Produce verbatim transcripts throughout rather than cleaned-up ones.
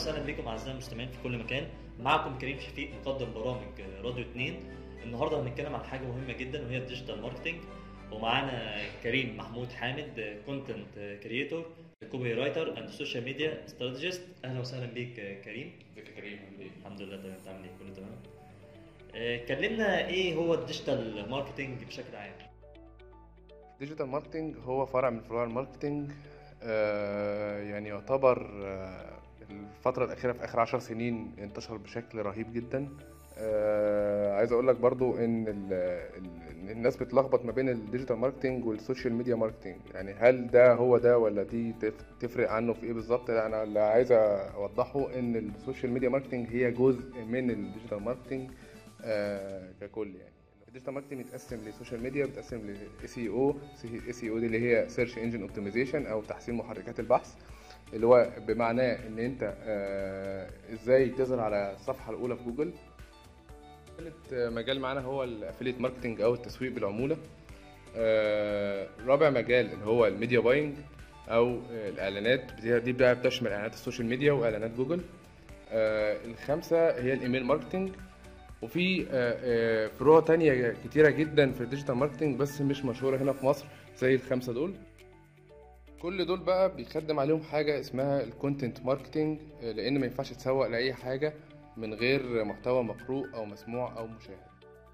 وسهلا بكم اعزائي المستمعين في كل مكان. معكم كريم شفيق مقدم برامج راديو اتنين. النهارده هنتكلم عن حاجه مهمه جدا وهي الديجيتال ماركتنج، ومعانا كريم محمود حامد كونتنت كرييتور كوبي رايتر اند سوشيال ميديا استراتيجيست. اهلا وسهلا بيك كريم. ازيك يا كريم؟ عامل ايه؟ الحمد لله تمام. انت عامل ايه؟ كله تمام. آه، كلمنا ايه هو الديجيتال ماركتنج بشكل عام؟ الديجيتال ماركتنج هو فرع من فروع الماركتنج. آه يعني يعتبر آه الفترة الأخيرة في آخر عشر سنين انتشر بشكل رهيب جدا. آه عايز أقول لك برضو إن ال ال الناس بتلخبط ما بين الديجيتال ماركتنج والسوشيال ميديا ماركتنج، يعني هل ده هو ده ولا دي تف- تفرق عنه في إيه بالظبط؟ لا، أنا اللي عايز أوضحه إن السوشيال ميديا ماركتنج هي جزء من الديجيتال ماركتنج آه ككل. يعني الديجيتال ماركتنج بيتقسم لسوشيال ميديا، بيتقسم ل اس اي او. اس اي او دي اللي هي سيرش انجن اوبتمايزيشن او تحسين محركات البحث، اللي هو بمعناه ان انت آه ازاي تظهر على الصفحه الاولى في جوجل. ثالث مجال معانا هو الافيليت ماركتنج او التسويق بالعموله. آه رابع مجال اللي هو الميديا باينج او الاعلانات، دي بقى بتشمل اعلانات السوشيال ميديا واعلانات جوجل. آه الخامسه هي الايميل ماركتنج. وفي آه، آه، فروع تانية كتيرة جدا في الديجيتال ماركتنج بس مش مشهورة هنا في مصر زي الخمسة دول. كل دول بقى بيخدم عليهم حاجة اسمها الكونتنت ماركتنج، لأن ما ينفعش تسوق لأي حاجة من غير محتوى مقروء أو مسموع أو مشاهد.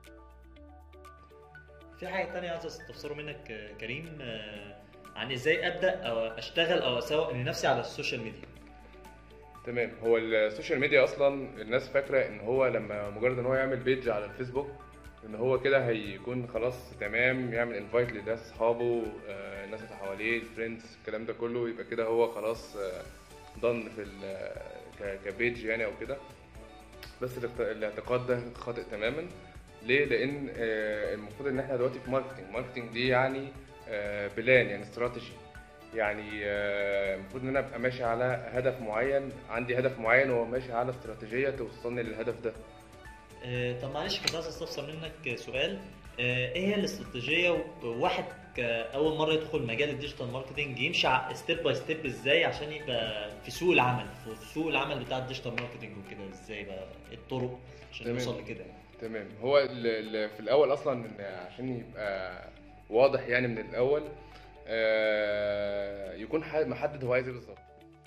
في حاجه تانية عايز استفسره منك آه، كريم، آه، عن ازاي ابدا او اشتغل او اسوق لنفسي على السوشيال ميديا. تمام. هو السوشيال ميديا اصلا الناس فاكره ان هو لما مجرد ان هو يعمل بيج على الفيسبوك ان هو كده هيكون خلاص تمام، يعمل انفايت لناس اصحابه، آه، الناس اللي حواليه، الفريندز، الكلام ده كله، يبقى كده هو خلاص ضن في ال- ك- كبيج يعني او كده. بس الاعت- الاعتقاد ده خاطئ تماما. ليه؟ لان آه، المفروض ان احنا دلوقتي في ماركتنج. ماركتنج دي يعني آه، بلان، يعني استراتيجي. يعني آه، المفروض ان انا ابقى ماشي على هدف معين، عندي هدف معين وماشي على استراتيجيه توصلني للهدف ده. آه، طب معلش كنت عايز استفسر منك سؤال. آه، ايه هي الاستراتيجيه وواحد اول مره يدخل مجال الديجيتال ماركتنج يمشي ستيب باي ستيب ازاي عشان يبقى في سوق العمل في سوق العمل بتاع الديجيتال ماركتنج وكده؟ ازاي بقى إيه الطرق عشان تمام. يوصل لكده؟ تمام. هو ال- ال- في الاول اصلا عشان يبقى واضح يعني من الاول، آه، يكون ح- محدد هو عايز ايه بالظبط.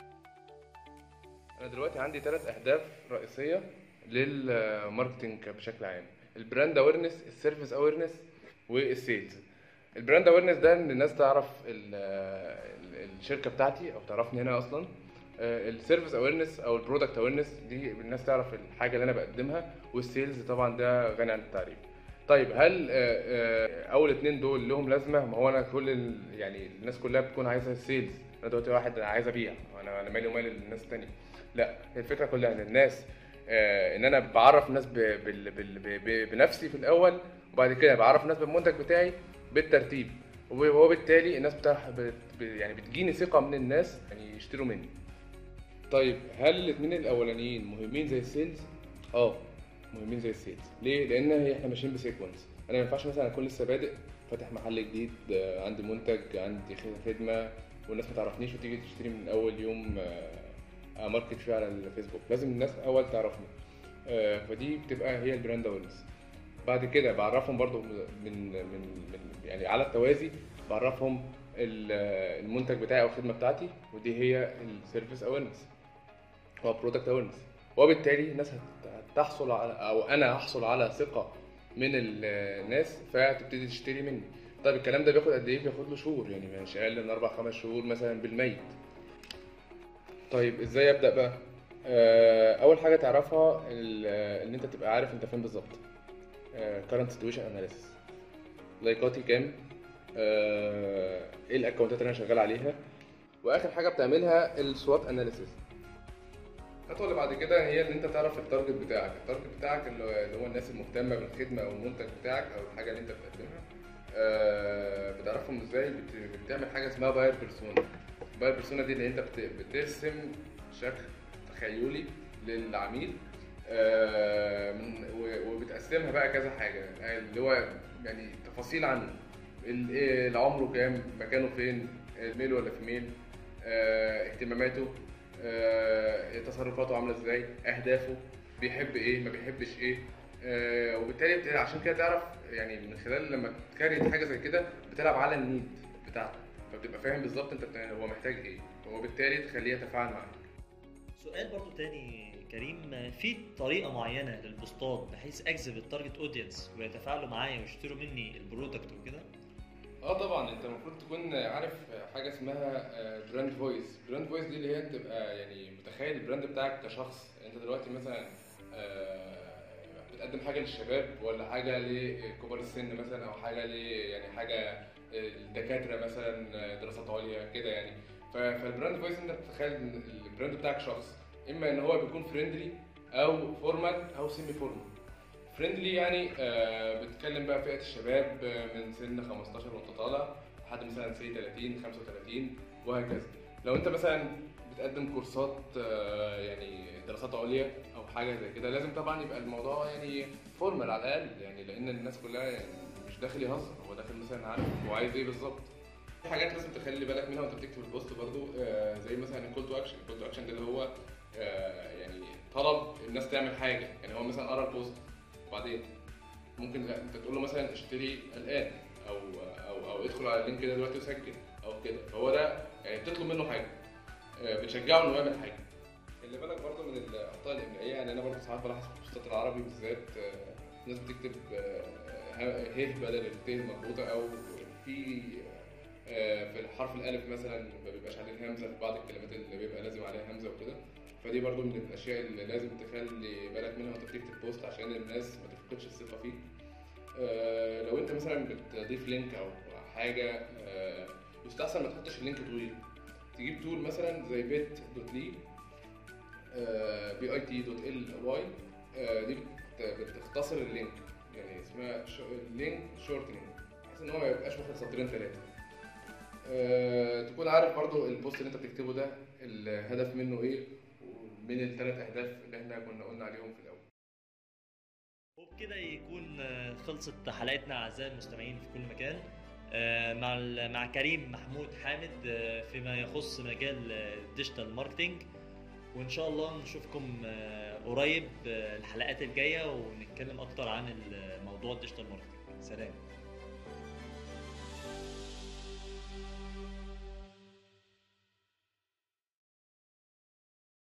انا دلوقتي عندي ثلاث اهداف رئيسيه للماركتنج بشكل عام: البراند اويرنس، السيرفيس اويرنس، والسيلز. البراند اويرنس ده ان الناس تعرف ال- ال- الشركه بتاعتي او تعرفني هنا اصلا. السيرفيس اويرنس او البرودكت اويرنس دي الناس تعرف الحاجه اللي انا بقدمها. والسيلز طبعا ده غني عن التعريف. طيب هل آه، آه، اول اتنين دول لهم لازمه؟ ما هو انا كل ال- يعني الناس كلها بتكون عايزه السيلز. انا دلوقتي واحد عايز ابيع، انا انا مالي ومال الناس التانيه. لا، هي الفكره كلها ان الناس آه، ان انا بعرف الناس ب- بال- بال- ب- ب- بنفسي في الاول، وبعد كده بعرف الناس بالمنتج بتاعي بالترتيب. وب- وبالتالي الناس بتاع بت ب- يعني بتجيني ثقه من الناس يعني يشتروا مني. طيب هل الاثنين الاولانيين مهمين زي السيلز؟ اه، مهمين زي السيلز. ليه؟ لان هي احنا ماشيين بسيكونس. انا ما ينفعش مثلا اكون لسه بادئ فاتح محل جديد، آه، عندي منتج، عندي خ- خدمه، والناس ما تعرفنيش وتيجي تشتري من اول يوم آه، اماركت فيه على الفيسبوك. لازم الناس اول تعرفني. آه، فدي بتبقى هي البراند اويرنس. بعد كده بعرفهم برضو من من من يعني على التوازي بعرفهم ال- المنتج بتاعي او الخدمه بتاعتي، ودي هي السيرفيس اويرنس هو برودكت اويرنس. وبالتالي الناس هت- هتحصل على، او انا هحصل على ثقه من الناس فتبتدي تشتري مني. طيب الكلام ده بياخد قد ايه؟ بياخد له شهور، يعني مش اقل من اربع خمس شهور مثلا بالميت. طيب ازاي ابدا بقى؟ آه، اول حاجه تعرفها ال- ان انت تبقى عارف انت فين بالظبط. كارنت سيتويشن اناليسيس، لايكاتي كام، آه، ايه الاكونتات اللي انا شغال عليها. واخر حاجه بتعملها السوات اناليسيس. الخطوه اللي بعد كده هي ان انت تعرف التارجت بتاعك. التارجت بتاعك اللي اللي هو الناس المهتمه بالخدمه او المنتج بتاعك او الحاجه اللي انت بتقدمها. آه، بتعرفهم ازاي؟ بت- بتعمل حاجه اسمها باير بيرسونا. باير بيرسونا دي اللي انت بت- بترسم شكل تخيلي للعميل، آه، من- و- وبتقسمها بقى كذا حاجه، اللي هو يعني تفاصيل عنه: ال- إيه، عمره كام، مكانه فين، ميل ولا فيميل، آه، اهتماماته، آه، تصرفاته عامله ازاي، اهدافه، بيحب ايه ما بيحبش ايه. آه، وبالتالي بت- عشان كده تعرف يعني من خلال لما تكريت حاجه زي كده بتلعب على النيد بتاعته، فبتبقى فاهم بالظبط انت بت- هو محتاج ايه، وبالتالي تخليه يتفاعل معاك. سؤال برضو تاني كريم، في طريقة معينة للبوستات بحيث اجذب التارجت اودينس ويتفاعلوا معايا ويشتروا مني البرودكت وكده؟ اه طبعا انت المفروض تكون عارف حاجه اسمها براند فويس. براند فويس دي اللي هي تبقى يعني متخيل البراند بتاعك كشخص. انت دلوقتي مثلا آه، بتقدم حاجه للشباب ولا حاجه لكبار السن مثلا، او حاجه ل يعني حاجه الدكاتره مثلا، دراسات عليا كده يعني. ف- فالبراند فويس انت بتتخيل ان البراند بتاعك شخص، اما ان هو بيكون فريندلي او فورمال او سيمي فورمال. فريندلي يعني آه بتتكلم بقى فئه الشباب آه، من سن خمستاشر وانت طالع لحد مثلا سي تلاتين خمسة وتلاتين وهكذا. لو انت مثلا بتقدم كورسات آه يعني دراسات عليا او حاجه زي كده، لازم طبعا يبقى الموضوع يعني فورمال على الاقل، يعني لان الناس كلها يعني مش داخل يهزر، هو داخل مثلا عارف هو عايز ايه بالظبط. في حاجات لازم تخلي بالك منها وانت بتكتب البوست برضو، آه زي مثلا الكول تو اكشن. الكول تو اكشن ده اللي هو آه يعني طلب الناس تعمل حاجه. يعني هو مثلا قرا البوست وبعدين ممكن لا انت تقول له مثلا اشتري الان، او او او ادخل على اللينك ده دلوقتي وسجل او كده. فهو ده يعني بتطلب منه حاجه، آه، بتشجعه انه يعمل حاجه. خلي بالك برضه من الاخطاء الاملائيه. يعني انا برضه ساعات بلاحظ في البوستات العربي بالذات آه، ناس بتكتب آه، ه ه بدل الت المربوطه، او في آه، في الحرف الالف مثلا ما بيبقاش عليه همزه في بعض الكلمات اللي بيبقى لازم عليها همزه وكده. فدي برضو من الاشياء اللي لازم تخلي بالك منها وانت بتكتب بوست عشان الناس ما تفقدش الثقه فيك. آه، لو انت مثلا بتضيف لينك او حاجه آه، يستحسن ما تحطش اللينك طويل. تجيب تول مثلا زي بيت دوت لي، بي اي تي دوت ال واي، دي بت- بتختصر اللينك، يعني اسمها لينك شورتنج، بحيث ان هو ما يبقاش واخد سطرين ثلاثه. أه تكون عارف برضو البوست اللي انت بتكتبه ده الهدف منه ايه، ومن الثلاث اهداف اللي احنا كنا قلنا عليهم في الاول. وبكده يكون آه، خلصت حلقتنا اعزائي المستمعين في كل مكان، آه، مع ال- مع كريم محمود حامد آه، فيما يخص مجال الديجيتال ماركتينج. وان شاء الله نشوفكم آه، قريب آه، الحلقات الجايه ونتكلم اكتر عن الموضوع الديجيتال ماركتينج. سلام.